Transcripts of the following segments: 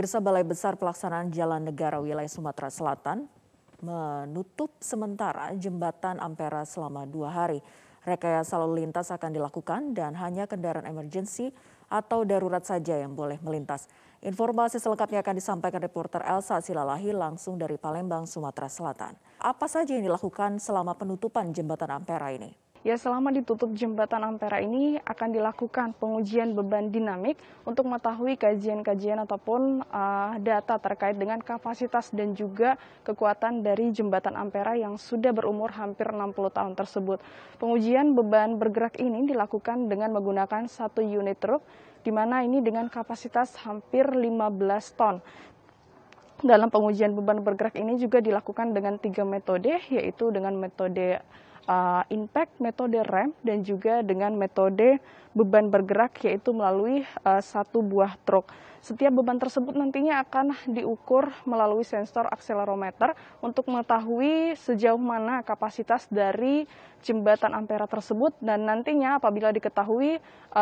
Pemirsa, Balai Besar Pelaksanaan Jalan Negara Wilayah Sumatera Selatan menutup sementara jembatan Ampera selama 2 hari. Rekayasa lalu lintas akan dilakukan dan hanya kendaraan emergensi atau darurat saja yang boleh melintas. Informasi selengkapnya akan disampaikan reporter Elsa Silalahi langsung dari Palembang, Sumatera Selatan. Apa saja yang dilakukan selama penutupan jembatan Ampera ini? Ya, selama ditutup jembatan Ampera ini akan dilakukan pengujian beban dinamik untuk mengetahui kajian-kajian ataupun data terkait dengan kapasitas dan juga kekuatan dari jembatan Ampera yang sudah berumur hampir 60 tahun tersebut. Pengujian beban bergerak ini dilakukan dengan menggunakan 1 unit truk, di mana ini dengan kapasitas hampir 15 ton. Dalam pengujian beban bergerak ini juga dilakukan dengan 3 metode, yaitu dengan metode impact, metode rem, dan juga dengan metode beban bergerak, yaitu melalui 1 buah truk. Setiap beban tersebut nantinya akan diukur melalui sensor akselerometer untuk mengetahui sejauh mana kapasitas dari jembatan Ampera tersebut, dan nantinya apabila diketahui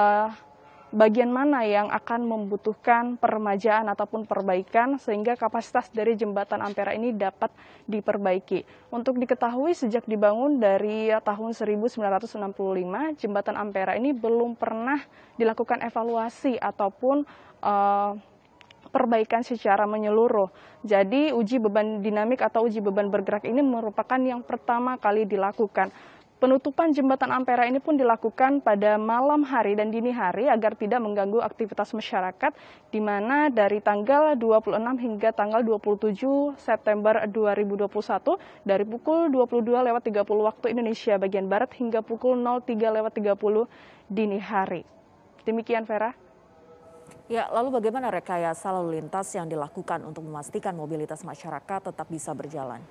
bagian mana yang akan membutuhkan peremajaan ataupun perbaikan sehingga kapasitas dari jembatan Ampera ini dapat diperbaiki. Untuk diketahui sejak dibangun dari tahun 1965, jembatan Ampera ini belum pernah dilakukan evaluasi ataupun perbaikan secara menyeluruh. Jadi uji beban dinamik atau uji beban bergerak ini merupakan yang pertama kali dilakukan. Penutupan jembatan Ampera ini pun dilakukan pada malam hari dan dini hari agar tidak mengganggu aktivitas masyarakat, di mana dari tanggal 26 hingga tanggal 27 September 2021 dari pukul 22.30 waktu Indonesia bagian Barat hingga pukul 03.30 dini hari. Demikian, Vera. Ya, lalu bagaimana rekayasa lalu lintas yang dilakukan untuk memastikan mobilitas masyarakat tetap bisa berjalan?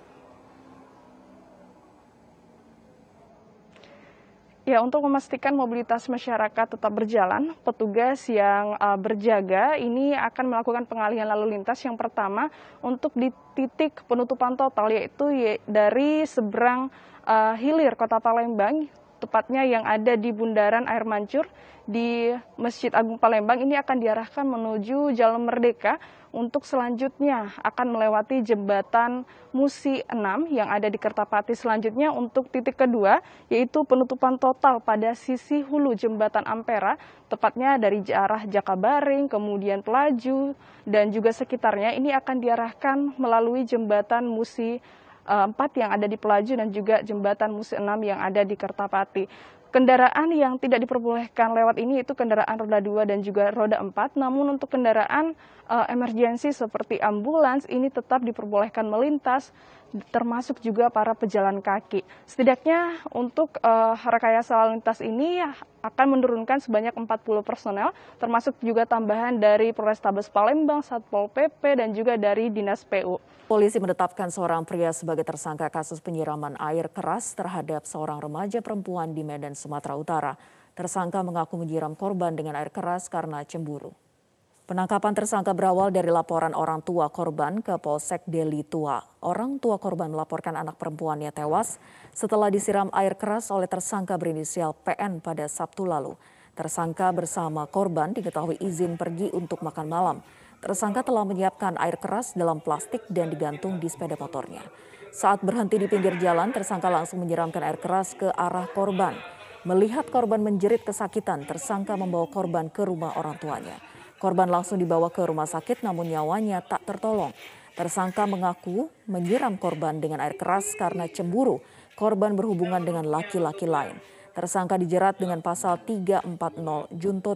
Ya, untuk memastikan mobilitas masyarakat tetap berjalan, petugas yang berjaga ini akan melakukan pengalihan lalu lintas yang pertama untuk di titik penutupan total, yaitu dari seberang hilir Kota Palembang, tepatnya yang ada di Bundaran Air Mancur di Masjid Agung Palembang, ini akan diarahkan menuju Jalan Merdeka untuk selanjutnya akan melewati jembatan Musi 6 yang ada di Kertapati. Selanjutnya untuk titik kedua yaitu penutupan total pada sisi hulu jembatan Ampera, tepatnya dari arah Jakabaring, kemudian Pelaju dan juga sekitarnya, ini akan diarahkan melalui jembatan Musi 4 yang ada di Pelaju dan juga jembatan Musi 6 yang ada di Kertapati. Kendaraan yang tidak diperbolehkan lewat ini itu kendaraan roda 2 dan juga roda 4, namun untuk kendaraan emergensi seperti ambulans ini tetap diperbolehkan melintas, termasuk juga para pejalan kaki. Setidaknya untuk rekayasa lalu lintas ini akan menurunkan sebanyak 40 personel, termasuk juga tambahan dari Polrestabes Palembang, Satpol PP, dan juga dari Dinas PU. Polisi menetapkan seorang pria sebagai tersangka kasus penyiraman air keras terhadap seorang remaja perempuan di Medan, Sumatera Utara. Tersangka mengaku menyiram korban dengan air keras karena cemburu. Penangkapan tersangka berawal dari laporan orang tua korban ke Polsek Deli Tua. Orang tua korban melaporkan anak perempuannya tewas setelah disiram air keras oleh tersangka berinisial PN pada Sabtu lalu. Tersangka bersama korban diketahui izin pergi untuk makan malam. Tersangka telah menyiapkan air keras dalam plastik dan digantung di sepeda motornya. Saat berhenti di pinggir jalan, tersangka langsung menyiramkan air keras ke arah korban. Melihat korban menjerit kesakitan, tersangka membawa korban ke rumah orang tuanya. Korban langsung dibawa ke rumah sakit namun nyawanya tak tertolong. Tersangka mengaku menyiram korban dengan air keras karena cemburu korban berhubungan dengan laki-laki lain. Tersangka dijerat dengan pasal 340 Junto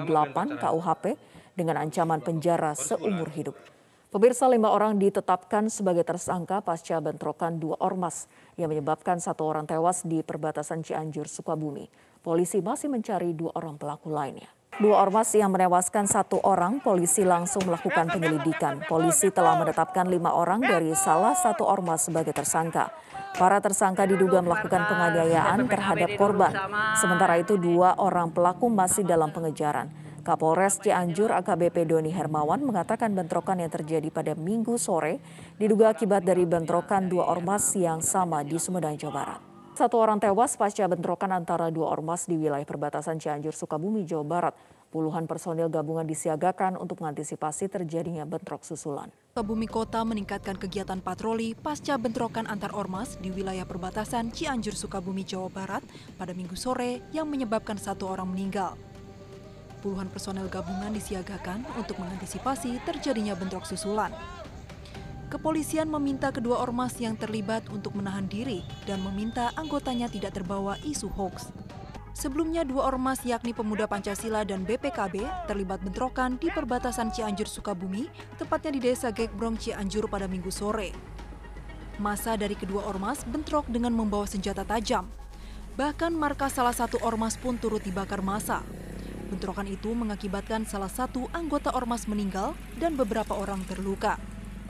338 KUHP dengan ancaman penjara seumur hidup. Pemirsa, 5 orang ditetapkan sebagai tersangka pasca bentrokan 2 ormas yang menyebabkan 1 orang tewas di perbatasan Cianjur, Sukabumi. Polisi masih mencari 2 orang pelaku lainnya. 2 ormas yang menewaskan 1 orang, polisi langsung melakukan penyelidikan. Polisi telah menetapkan 5 orang dari salah 1 ormas sebagai tersangka. Para tersangka diduga melakukan penganiayaan terhadap korban. Sementara itu 2 orang pelaku masih dalam pengejaran. Kapolres Cianjur AKBP Doni Hermawan mengatakan bentrokan yang terjadi pada Minggu sore diduga akibat dari bentrokan 2 ormas yang sama di Sumedang, Jawa Barat. 1 orang tewas pasca bentrokan antara 2 ormas di wilayah perbatasan Cianjur, Sukabumi, Jawa Barat. Puluhan personil gabungan disiagakan untuk mengantisipasi terjadinya bentrok susulan. Sukabumi Kota meningkatkan kegiatan patroli pasca bentrokan antar ormas di wilayah perbatasan Cianjur, Sukabumi, Jawa Barat pada Minggu sore yang menyebabkan 1 orang meninggal. Puluhan personel gabungan disiagakan untuk mengantisipasi terjadinya bentrok susulan. Kepolisian meminta kedua ormas yang terlibat untuk menahan diri dan meminta anggotanya tidak terbawa isu hoaks. Sebelumnya 2 ormas yakni Pemuda Pancasila dan BPKB terlibat bentrokan di perbatasan Cianjur, Sukabumi, tepatnya di Desa Gekbrong, Cianjur pada Minggu sore. Massa dari kedua ormas bentrok dengan membawa senjata tajam. Bahkan markas salah satu ormas pun turut dibakar massa. Bentrokan itu mengakibatkan salah satu anggota ormas meninggal dan beberapa orang terluka.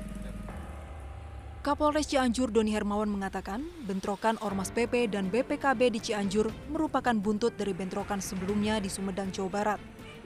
Kapolres Cianjur Doni Hermawan mengatakan bentrokan Ormas PP dan BPKB di Cianjur merupakan buntut dari bentrokan sebelumnya di Sumedang, Jawa Barat.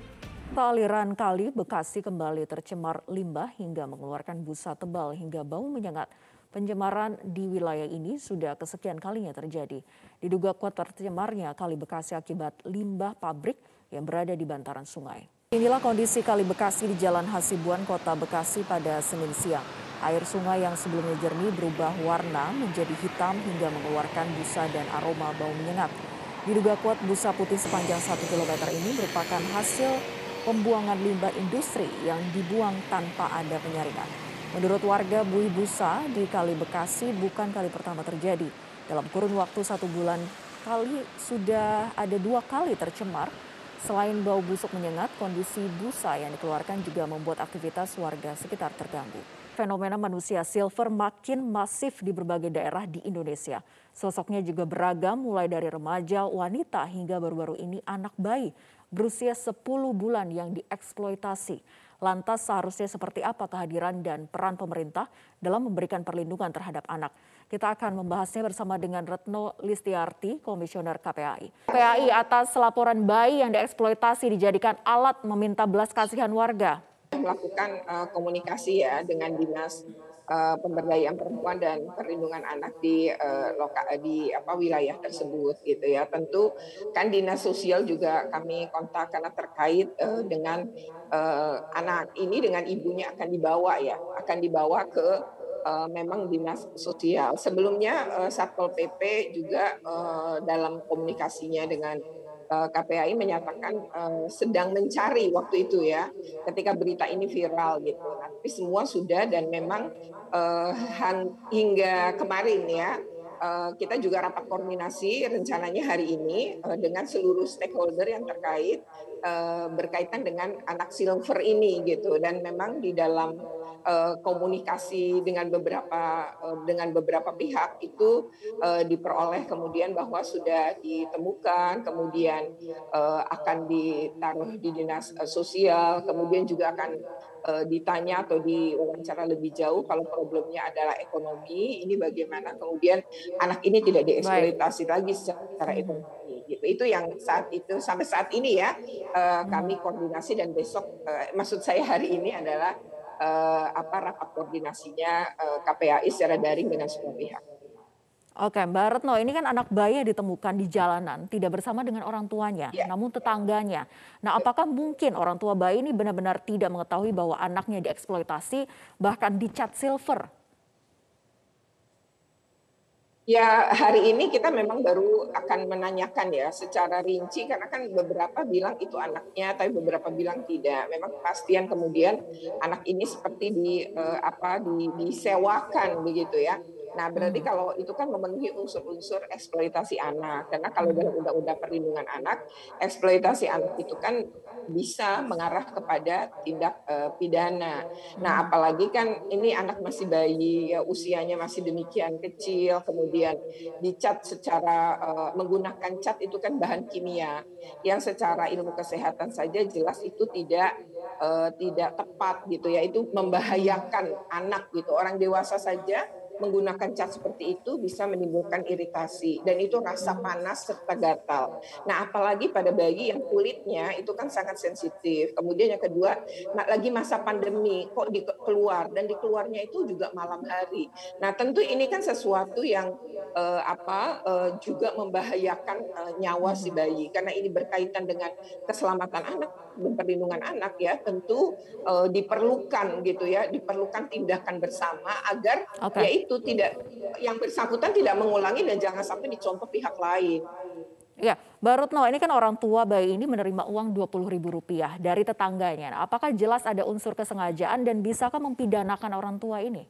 Aliran kali Bekasi kembali tercemar limbah hingga mengeluarkan busa tebal hingga bau menyengat. Pencemaran di wilayah ini sudah kesekian kalinya terjadi. Diduga kuat tercemarnya Kali Bekasi akibat limbah pabrik yang berada di bantaran sungai. Inilah kondisi Kali Bekasi di Jalan Hasibuan, Kota Bekasi pada Senin siang. Air sungai yang sebelumnya jernih berubah warna menjadi hitam hingga mengeluarkan busa dan aroma bau menyengat. Diduga kuat busa putih sepanjang 1 km ini merupakan hasil pembuangan limbah industri yang dibuang tanpa ada penyaringan. Menurut warga, buih busa di Kali Bekasi bukan kali pertama terjadi. Dalam kurun waktu 1 bulan, kali sudah ada 2 kali tercemar. Selain bau busuk menyengat, kondisi busa yang dikeluarkan juga membuat aktivitas warga sekitar terganggu. Fenomena manusia silver makin masif di berbagai daerah di Indonesia. Sosoknya juga beragam mulai dari remaja, wanita hingga baru-baru ini anak bayi berusia 10 bulan yang dieksploitasi. Lantas seharusnya seperti apa kehadiran dan peran pemerintah dalam memberikan perlindungan terhadap anak? Kita akan membahasnya bersama dengan Retno Listiarti, Komisioner KPAI. KPAI atas laporan bayi yang dieksploitasi dijadikan alat meminta belas kasihan warga. Melakukan komunikasi ya dengan Dinas Pemberdayaan Perempuan dan Perlindungan Anak di wilayah tersebut gitu ya. Tentu kan Dinas Sosial juga kami kontak karena terkait dengan anak ini dengan ibunya akan dibawa ke memang Dinas Sosial. Sebelumnya Satpol PP juga dalam komunikasinya dengan KPAI menyatakan sedang mencari waktu itu ya, ketika berita ini viral gitu. Tapi semua sudah dan memang hingga kemarin ya, kita juga rapat koordinasi rencananya hari ini dengan seluruh stakeholder yang terkait berkaitan dengan anak silver ini gitu. Dan memang di dalam komunikasi dengan beberapa pihak itu diperoleh kemudian bahwa sudah ditemukan, kemudian akan ditaruh di Dinas Sosial, kemudian juga akan ditanya atau diwawancara lebih jauh kalau problemnya adalah ekonomi, ini bagaimana kemudian anak ini tidak dieksploitasi lagi secara ekonomi. Gitu. Itu yang saat itu sampai saat ini ya kami koordinasi dan besok maksud saya hari ini adalah rapat koordinasinya KPAI secara daring dengan semua pihak. Oke, Mbak Retno, ini kan anak bayi yang ditemukan di jalanan, tidak bersama dengan orang tuanya, Ya. namun tetangganya. Nah, apakah mungkin orang tua bayi ini benar-benar tidak mengetahui bahwa anaknya dieksploitasi, bahkan dicat silver? Ya, hari ini kita memang baru akan menanyakan ya secara rinci karena kan beberapa bilang itu anaknya, tapi beberapa bilang tidak. Memang kepastian kemudian anak ini seperti disewakan begitu ya. Nah, berarti kalau itu kan memenuhi unsur-unsur eksploitasi anak. Karena kalau dalam Undang-Undang Perlindungan Anak, eksploitasi anak itu kan bisa mengarah kepada tindak pidana. Nah, apalagi kan ini anak masih bayi, ya, usianya masih demikian kecil, kemudian dicat secara menggunakan cat itu kan bahan kimia yang secara ilmu kesehatan saja jelas itu tidak tepat gitu ya, itu membahayakan anak gitu. Orang dewasa saja menggunakan cat seperti itu bisa menimbulkan iritasi dan itu rasa panas serta gatal. Nah, apalagi pada bayi yang kulitnya itu kan sangat sensitif. Kemudian yang kedua, lagi masa pandemi kok keluar dan dikeluarnya itu juga malam hari. Nah, tentu ini kan sesuatu yang juga membahayakan nyawa si bayi karena ini berkaitan dengan keselamatan anak dan perlindungan anak ya, tentu diperlukan gitu ya, diperlukan tindakan bersama agar Oke. yaitu tidak yang bersangkutan tidak mengulangi dan jangan sampai dicontoh pihak lain. Ya, Mbak Retno, ini kan orang tua bayi ini menerima uang Rp20.000 dari tetangganya. Nah, apakah jelas ada unsur kesengajaan dan bisakah mempidanakan orang tua ini?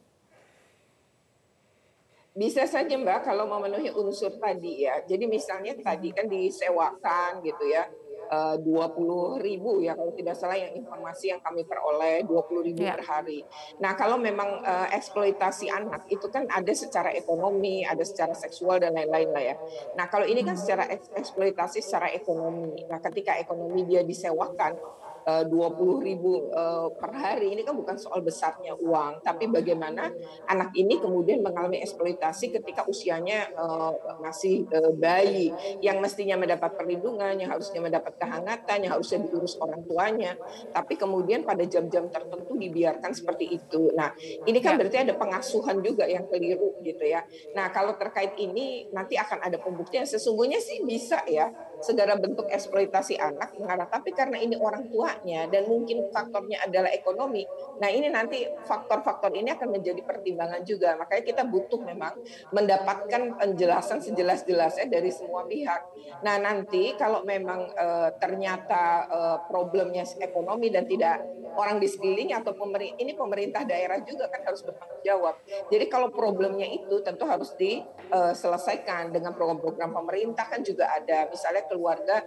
Bisa saja Mbak kalau memenuhi unsur tadi ya. Jadi misalnya tadi kan disewakan gitu ya, 20.000 ya kalau tidak salah yang informasi yang kami peroleh 20.000 Ya. per hari. Nah kalau memang eksploitasi anak itu kan ada secara ekonomi, ada secara seksual dan lain-lain lah ya. Nah kalau ini kan secara eksploitasi secara ekonomi. Nah ketika ekonomi dia disewakan 20.000 per hari ini kan bukan soal besarnya uang, tapi bagaimana anak ini kemudian mengalami eksploitasi ketika usianya masih bayi, yang mestinya mendapat perlindungan, yang harusnya mendapat kehangatan, yang harusnya diurus orang tuanya, tapi kemudian pada jam-jam tertentu dibiarkan seperti itu. Nah, ini kan Ya. berarti ada pengasuhan juga yang keliru gitu ya. Nah, kalau terkait ini nanti akan ada pembuktian. Sesungguhnya sih bisa ya segala bentuk eksploitasi anak mengarah, tapi karena ini orang tuanya dan mungkin faktornya adalah ekonomi. Nah, ini nanti faktor-faktor ini akan menjadi pertimbangan juga. Makanya kita butuh memang mendapatkan penjelasan sejelas-jelasnya dari semua pihak. Nah, nanti kalau memang ternyata problemnya ekonomi dan tidak orang di sekelilingnya atau pemerintah daerah juga kan harus bertanggung jawab. Jadi kalau problemnya itu tentu harus diselesaikan dengan program-program pemerintah kan juga ada. Misalnya keluarga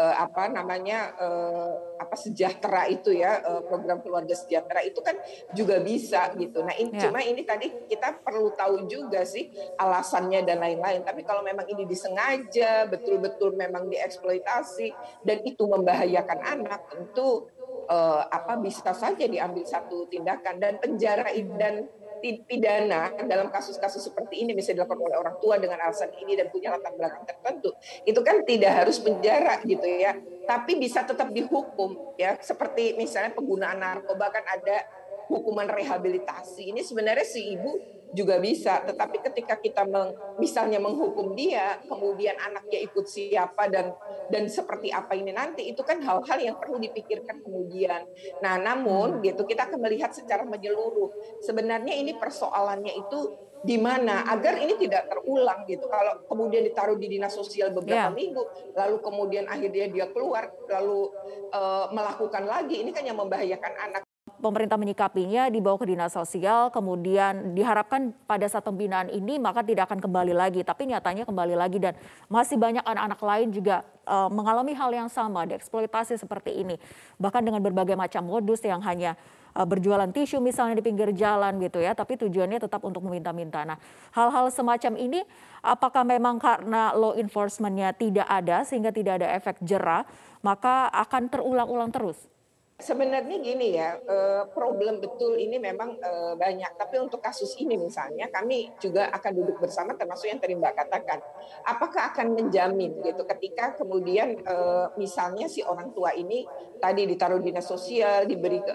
sejahtera itu ya, program keluarga sejahtera itu kan juga bisa gitu. Nah, Ya. cuma ini tadi kita perlu tahu juga sih alasannya dan lain-lain. Tapi kalau memang ini disengaja, betul-betul memang dieksploitasi dan itu membahayakan anak, tentu bisa saja diambil satu tindakan dan penjara dan pidana dalam kasus-kasus seperti ini bisa dilakukan oleh orang tua dengan alasan ini dan punya latar belakang tertentu. Itu kan tidak harus penjara gitu ya, tapi bisa tetap dihukum ya. Seperti misalnya penggunaan narkoba kan ada hukuman rehabilitasi. Ini sebenarnya si ibu juga bisa, tetapi ketika kita misalnya menghukum dia, kemudian anaknya ikut siapa dan seperti apa ini nanti, itu kan hal-hal yang perlu dipikirkan kemudian. Nah, namun gitu kita akan melihat secara menyeluruh. Sebenarnya ini persoalannya itu di mana agar ini tidak terulang gitu. Kalau kemudian ditaruh di dinas sosial beberapa Ya. minggu, lalu kemudian akhirnya dia keluar, lalu melakukan lagi, ini kan yang membahayakan anak. Pemerintah menyikapinya, dibawa ke dinas sosial, kemudian diharapkan pada saat pembinaan ini maka tidak akan kembali lagi. Tapi nyatanya kembali lagi dan masih banyak anak-anak lain juga mengalami hal yang sama, dieksploitasi seperti ini. Bahkan dengan berbagai macam modus yang hanya berjualan tisu misalnya di pinggir jalan gitu ya, tapi tujuannya tetap untuk meminta-minta. Nah, hal-hal semacam ini apakah memang karena law enforcement-nya tidak ada sehingga tidak ada efek jera, maka akan terulang-ulang terus? Sebenarnya gini ya, problem betul ini memang banyak. Tapi untuk kasus ini misalnya kami juga akan duduk bersama termasuk yang tadi Mbak katakan. Apakah akan menjamin gitu ketika kemudian misalnya si orang tua ini tadi ditaruh dinas sosial,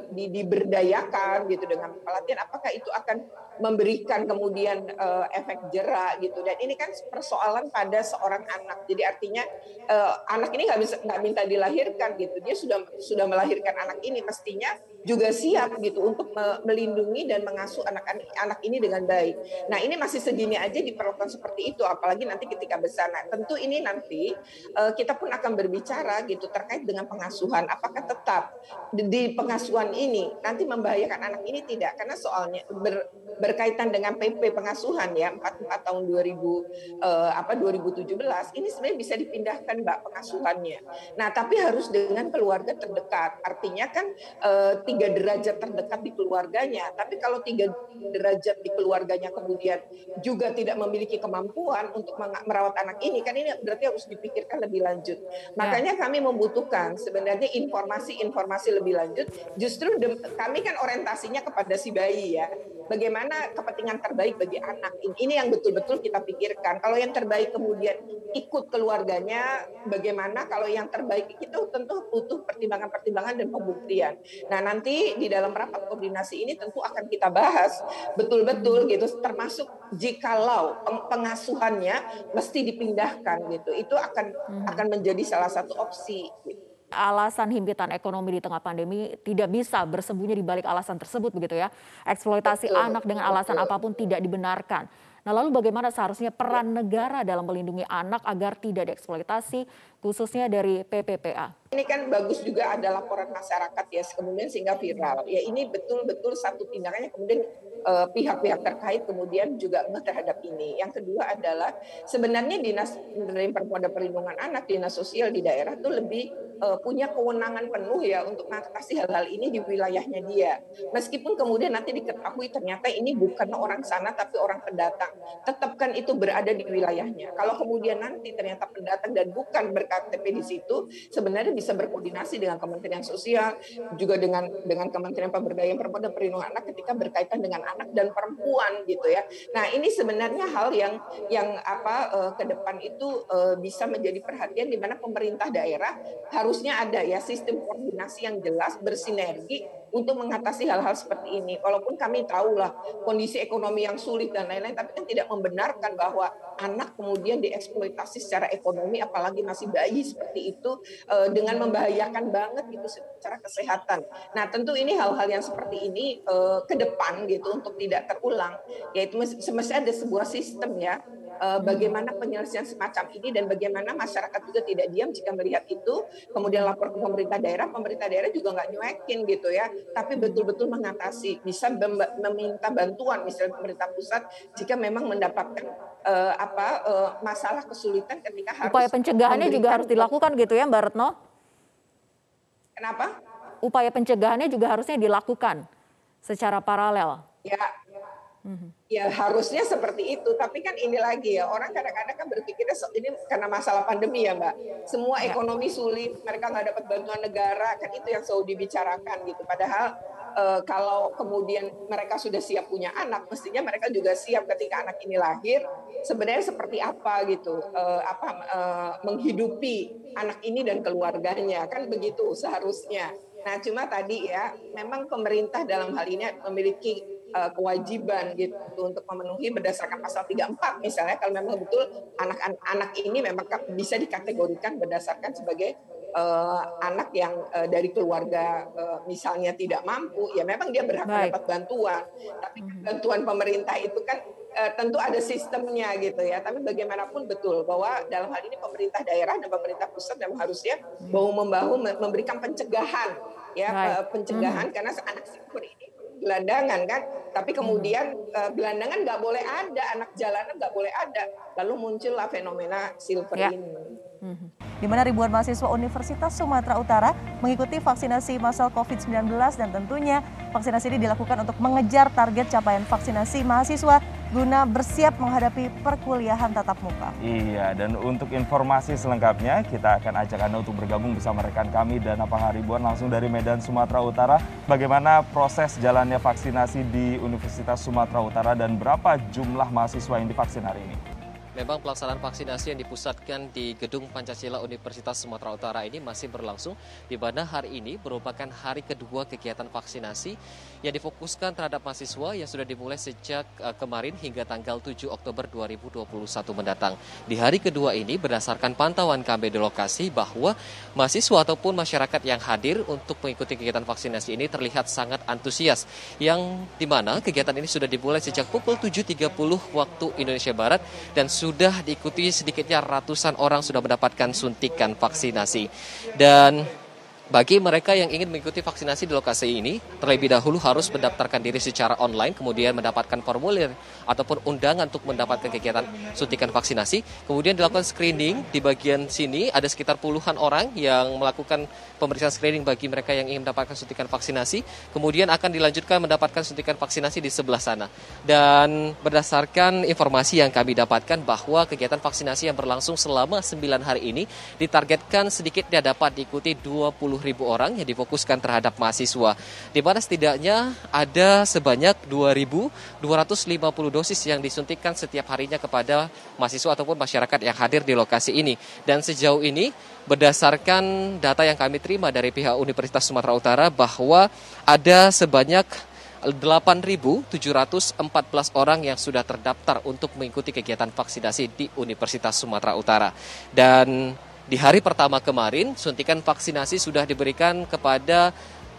diberdayakan gitu dengan pelatihan, apakah itu akan memberikan kemudian efek jera gitu. Dan ini kan persoalan pada seorang anak. Jadi artinya anak ini nggak minta dilahirkan gitu. Dia sudah melahirkan anak ini, mestinya juga siap gitu untuk melindungi dan mengasuh anak ini dengan baik. Nah, ini masih segini aja diperlakukan seperti itu, apalagi nanti ketika besar. Nah, tentu ini nanti kita pun akan berbicara gitu terkait dengan pengasuhan. Apakah tetap di pengasuhan ini nanti membahayakan anak ini tidak? Karena soalnya berkaitan dengan PP pengasuhan ya 44 tahun 2017 ini sebenarnya bisa dipindahkan Mbak pengasuhannya. Nah, tapi harus dengan keluarga terdekat. Artinya kan 3 derajat terdekat di keluarganya. Tapi kalau 3 derajat di keluarganya kemudian juga tidak memiliki kemampuan untuk merawat anak ini, kan ini berarti harus dipikirkan lebih lanjut. Makanya kami membutuhkan sebenarnya informasi lebih lanjut. Justru kami kan orientasinya kepada si bayi ya. Bagaimana kepentingan terbaik bagi anak. Ini yang betul-betul kita pikirkan. Kalau yang terbaik kemudian ikut keluarganya, bagaimana kalau yang terbaik itu tentu butuh pertimbangan-pertimbangan dan pembuktian. Nah, nanti di dalam rapat koordinasi ini tentu akan kita bahas betul-betul gitu, termasuk jikalau pengasuhannya mesti dipindahkan gitu, itu akan menjadi salah satu opsi. Gitu. Alasan himpitan ekonomi di tengah pandemi tidak bisa bersembunyi di balik alasan tersebut begitu ya. Eksploitasi anak dengan alasan apapun tidak dibenarkan. Nah, lalu bagaimana seharusnya peran negara dalam melindungi anak agar tidak dieksploitasi, khususnya dari PPPA? Ini kan bagus juga ada laporan masyarakat ya, kemudian sehingga viral. Ya ini betul-betul satu tindakannya kemudian pihak-pihak terkait kemudian juga terhadap ini. Yang kedua adalah sebenarnya Dinas Pemberdayaan Perempuan dan Perlindungan Anak, Dinas Sosial di daerah itu lebih punya kewenangan penuh ya untuk mengatasi hal-hal ini di wilayahnya dia. Meskipun kemudian nanti diketahui ternyata ini bukan orang sana tapi orang pendatang, tetapkan itu berada di wilayahnya. Kalau kemudian nanti ternyata pendatang dan bukan berKTP di situ, sebenarnya bisa berkoordinasi dengan Kementerian Sosial, juga dengan Kementerian Pemberdayaan Perempuan dan Perlindungan Anak ketika berkaitan dengan anak dan perempuan gitu ya. Nah ini sebenarnya hal yang ke depan itu bisa menjadi perhatian di mana pemerintah daerah harusnya ada ya sistem koordinasi yang jelas bersinergi untuk mengatasi hal-hal seperti ini. Walaupun kami tahulah kondisi ekonomi yang sulit dan lain-lain, tapi kan tidak membenarkan bahwa anak kemudian dieksploitasi secara ekonomi, apalagi masih bayi seperti itu, dengan membahayakan banget gitu secara kesehatan. Nah tentu ini hal-hal yang seperti ini ke depan gitu untuk tidak terulang, yaitu semestinya ada sebuah sistem ya, bagaimana penyelesaian semacam ini dan bagaimana masyarakat juga tidak diam jika melihat itu, kemudian lapor ke pemerintah daerah juga nggak nyuekin gitu ya, tapi betul-betul mengatasi, bisa meminta bantuan misalnya pemerintah pusat jika memang mendapatkan masalah kesulitan ketika harus upaya pencegahannya juga harus dilakukan gitu ya Mbak Retno? Kenapa? Upaya pencegahannya juga harusnya dilakukan secara paralel. Ya harusnya seperti itu, tapi kan ini lagi ya, orang kadang-kadang kan berpikirnya ini karena masalah pandemi ya Mbak, semua ekonomi sulit, mereka nggak dapat bantuan negara, kan itu yang selalu dibicarakan gitu. Padahal kalau kemudian mereka sudah siap punya anak, mestinya mereka juga siap ketika anak ini lahir, sebenarnya seperti apa gitu, menghidupi anak ini dan keluarganya, kan begitu seharusnya. Nah cuma tadi ya, memang pemerintah dalam hal ini memiliki kewajiban gitu untuk memenuhi berdasarkan pasal 34 misalnya, kalau memang betul anak ini memang bisa dikategorikan berdasarkan sebagai anak yang dari keluarga misalnya tidak mampu, ya memang dia berhak mendapat bantuan. Tapi bantuan pemerintah itu kan tentu ada sistemnya gitu ya. Tapi bagaimanapun betul bahwa dalam hal ini pemerintah daerah dan pemerintah pusat memang harusnya bahu-membahu memberikan pencegahan ya, pencegahan karena anak silver ini gelandangan kan, tapi kemudian gelandangan nggak boleh ada, anak jalanan nggak boleh ada, lalu muncullah fenomena silver ini. Di mana ribuan mahasiswa Universitas Sumatera Utara mengikuti vaksinasi massal COVID-19 dan tentunya vaksinasi ini dilakukan untuk mengejar target capaian vaksinasi mahasiswa guna bersiap menghadapi perkuliahan tatap muka. Iya, dan untuk informasi selengkapnya kita akan ajak Anda untuk bergabung bersama rekan kami Dana Pangaribuan langsung dari Medan, Sumatera Utara. Bagaimana proses jalannya vaksinasi di Universitas Sumatera Utara dan berapa jumlah mahasiswa yang divaksin hari ini? Memang pelaksanaan vaksinasi yang dipusatkan di Gedung Pancasila Universitas Sumatera Utara ini masih berlangsung, di mana hari ini merupakan hari kedua kegiatan vaksinasi yang difokuskan terhadap mahasiswa yang sudah dimulai sejak kemarin hingga tanggal 7 Oktober 2021 mendatang. Di hari kedua ini berdasarkan pantauan kami di lokasi bahwa mahasiswa ataupun masyarakat yang hadir untuk mengikuti kegiatan vaksinasi ini terlihat sangat antusias, yang dimana kegiatan ini sudah dimulai sejak pukul 7.30 waktu Indonesia Barat dan sudah diikuti sedikitnya ratusan orang sudah mendapatkan suntikan vaksinasi. Dan bagi mereka yang ingin mengikuti vaksinasi di lokasi ini, terlebih dahulu harus mendaftarkan diri secara online, kemudian mendapatkan formulir ataupun undangan untuk mendapatkan kegiatan suntikan vaksinasi. Kemudian dilakukan screening. Di bagian sini ada sekitar puluhan orang yang melakukan pemeriksaan screening bagi mereka yang ingin mendapatkan suntikan vaksinasi. Kemudian akan dilanjutkan mendapatkan suntikan vaksinasi di sebelah sana. Dan berdasarkan informasi yang kami dapatkan bahwa kegiatan vaksinasi yang berlangsung selama 9 hari ini ditargetkan sedikitnya dapat diikuti 20.000 orang yang difokuskan terhadap mahasiswa, di mana setidaknya ada sebanyak 2.250 dosis yang disuntikkan setiap harinya kepada mahasiswa ataupun masyarakat yang hadir di lokasi ini. Dan sejauh ini berdasarkan data yang kami terima dari pihak Universitas Sumatera Utara bahwa ada sebanyak 8.714 orang yang sudah terdaftar untuk mengikuti kegiatan vaksinasi di Universitas Sumatera Utara. Dan di hari pertama kemarin, suntikan vaksinasi sudah diberikan kepada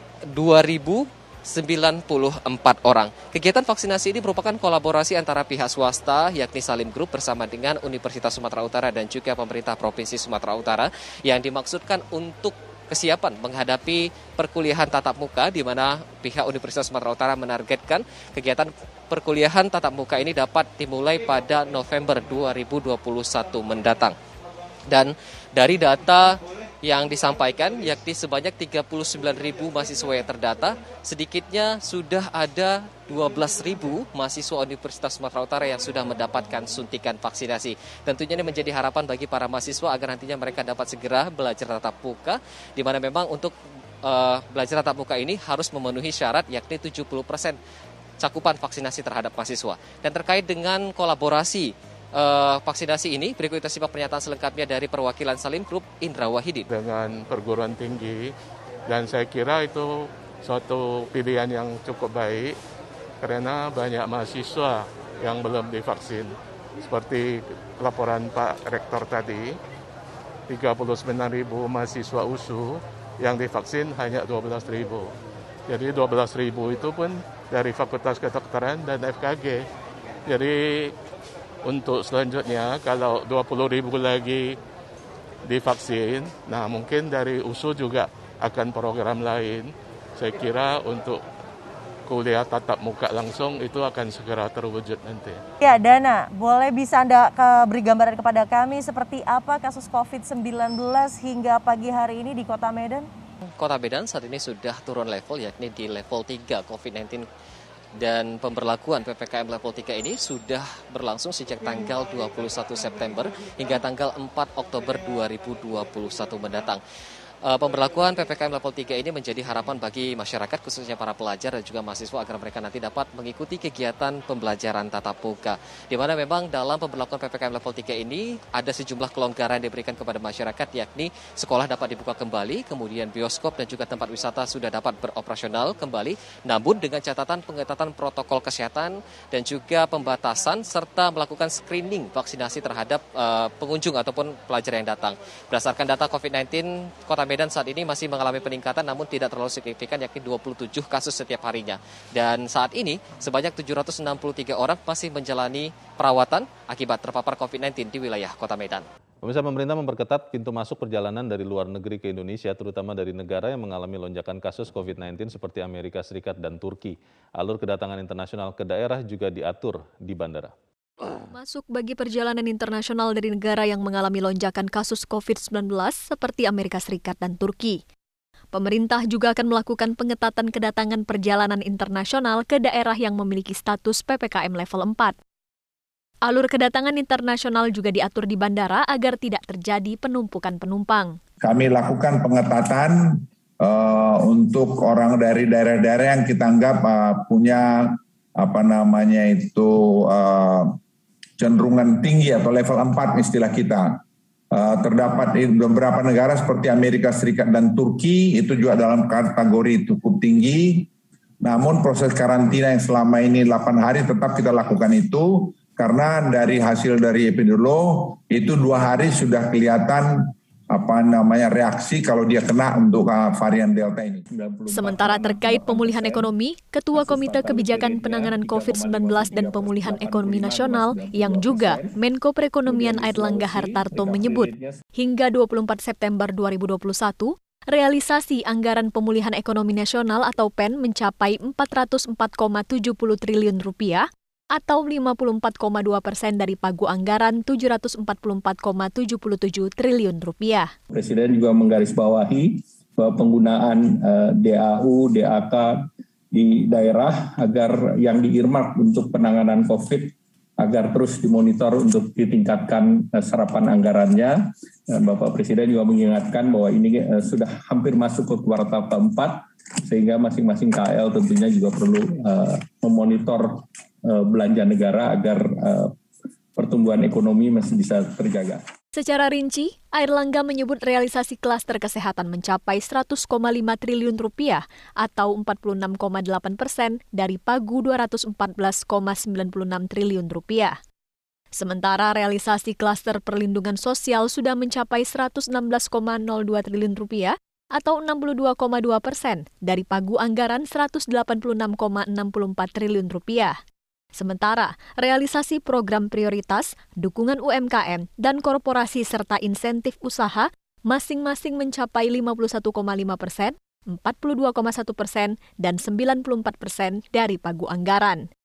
2.094 orang. Kegiatan vaksinasi ini merupakan kolaborasi antara pihak swasta, yakni Salim Group bersama dengan Universitas Sumatera Utara dan juga pemerintah Provinsi Sumatera Utara, yang dimaksudkan untuk kesiapan menghadapi perkuliahan tatap muka, di mana pihak Universitas Sumatera Utara menargetkan kegiatan perkuliahan tatap muka ini dapat dimulai pada November 2021 mendatang. Dan dari data yang disampaikan, yakni sebanyak 39.000 mahasiswa yang terdata, sedikitnya sudah ada 12.000 mahasiswa Universitas Sumatera Utara yang sudah mendapatkan suntikan vaksinasi. Tentunya ini menjadi harapan bagi para mahasiswa agar nantinya mereka dapat segera belajar tatap muka, di mana memang untuk belajar tatap muka ini harus memenuhi syarat, yakni 70% cakupan vaksinasi terhadap mahasiswa. Dan terkait dengan kolaborasi vaksinasi ini, berikut kita simak pernyataan selengkapnya dari perwakilan Salim Group, Indra Wahidin. Dengan perguruan tinggi, dan saya kira itu suatu pilihan yang cukup baik karena banyak mahasiswa yang belum divaksin. Seperti laporan Pak Rektor tadi, 39.000 mahasiswa USU yang divaksin hanya 12.000. Jadi 12.000 itu pun dari Fakultas Kedokteran dan FKG. Jadi untuk selanjutnya kalau 20.000 lagi divaksin, nah mungkin dari USU juga akan program lain. Saya kira untuk kuliah tatap muka langsung itu akan segera terwujud nanti. Ya, Dana, bisa Anda beri gambaran kepada kami seperti apa kasus COVID-19 hingga pagi hari ini di Kota Medan? Kota Medan saat ini sudah turun level, yakni di level 3 COVID-19. Dan pemberlakuan PPKM level 3 ini sudah berlangsung sejak tanggal 21 September hingga tanggal 4 Oktober 2021 mendatang. Pemberlakuan PPKM level 3 ini menjadi harapan bagi masyarakat, khususnya para pelajar dan juga mahasiswa, agar mereka nanti dapat mengikuti kegiatan pembelajaran tatap muka. Di mana memang dalam pemberlakuan PPKM level 3 ini ada sejumlah kelonggaran yang diberikan kepada masyarakat, yakni sekolah dapat dibuka kembali, kemudian bioskop dan juga tempat wisata sudah dapat beroperasional kembali, namun dengan catatan pengetatan protokol kesehatan dan juga pembatasan serta melakukan screening vaksinasi terhadap pengunjung ataupun pelajar yang datang. Berdasarkan data COVID-19, Kota Medan saat ini masih mengalami peningkatan namun tidak terlalu signifikan, yakni 27 kasus setiap harinya. Dan saat ini sebanyak 763 orang masih menjalani perawatan akibat terpapar COVID-19 di wilayah Kota Medan. Pemirsa, pemerintah memperketat pintu masuk perjalanan dari luar negeri ke Indonesia, terutama dari negara yang mengalami lonjakan kasus COVID-19 seperti Amerika Serikat dan Turki. Alur kedatangan internasional ke daerah juga diatur di bandara. Masuk bagi perjalanan internasional dari negara yang mengalami lonjakan kasus COVID-19 seperti Amerika Serikat dan Turki. Pemerintah juga akan melakukan pengetatan kedatangan perjalanan internasional ke daerah yang memiliki status PPKM level 4. Alur kedatangan internasional juga diatur di bandara agar tidak terjadi penumpukan penumpang. Kami lakukan pengetatan untuk orang dari daerah-daerah yang kita anggap punya cenderungan tinggi atau level 4 istilah kita. Terdapat di beberapa negara seperti Amerika Serikat dan Turki, itu juga dalam kategori cukup tinggi. Namun proses karantina yang selama ini 8 hari tetap kita lakukan itu, karena dari hasil dari epidemiolog itu 2 hari sudah kelihatan reaksi kalau dia kena untuk varian Delta ini. Sementara terkait pemulihan ekonomi, Ketua Komite Kebijakan Penanganan COVID-19 dan Pemulihan Ekonomi Nasional yang juga Menko Perekonomian Airlangga Hartarto menyebut, hingga 24 September 2021, realisasi anggaran pemulihan ekonomi nasional atau PEN mencapai Rp404,70 triliun atau 54,2% dari pagu anggaran Rp744,77 triliun. Presiden juga menggarisbawahi bahwa penggunaan DAU, DAK di daerah agar yang di-earmark untuk penanganan COVID agar terus dimonitor untuk ditingkatkan serapan anggarannya. Bapak Presiden juga mengingatkan bahwa ini sudah hampir masuk ke kuartal keempat, sehingga masing-masing KL tentunya juga perlu memonitor belanja negara agar pertumbuhan ekonomi masih bisa terjaga. Secara rinci, Airlangga menyebut realisasi klaster kesehatan mencapai 100,5 triliun rupiah atau 46,8% dari pagu 214,96 triliun rupiah. Sementara realisasi klaster perlindungan sosial sudah mencapai 116,02 triliun rupiah atau 62,2% dari pagu anggaran 186,64 triliun rupiah. Sementara, realisasi program prioritas, dukungan UMKM, dan korporasi serta insentif usaha masing-masing mencapai 51,5%, 42,1%, dan 94% dari pagu anggaran.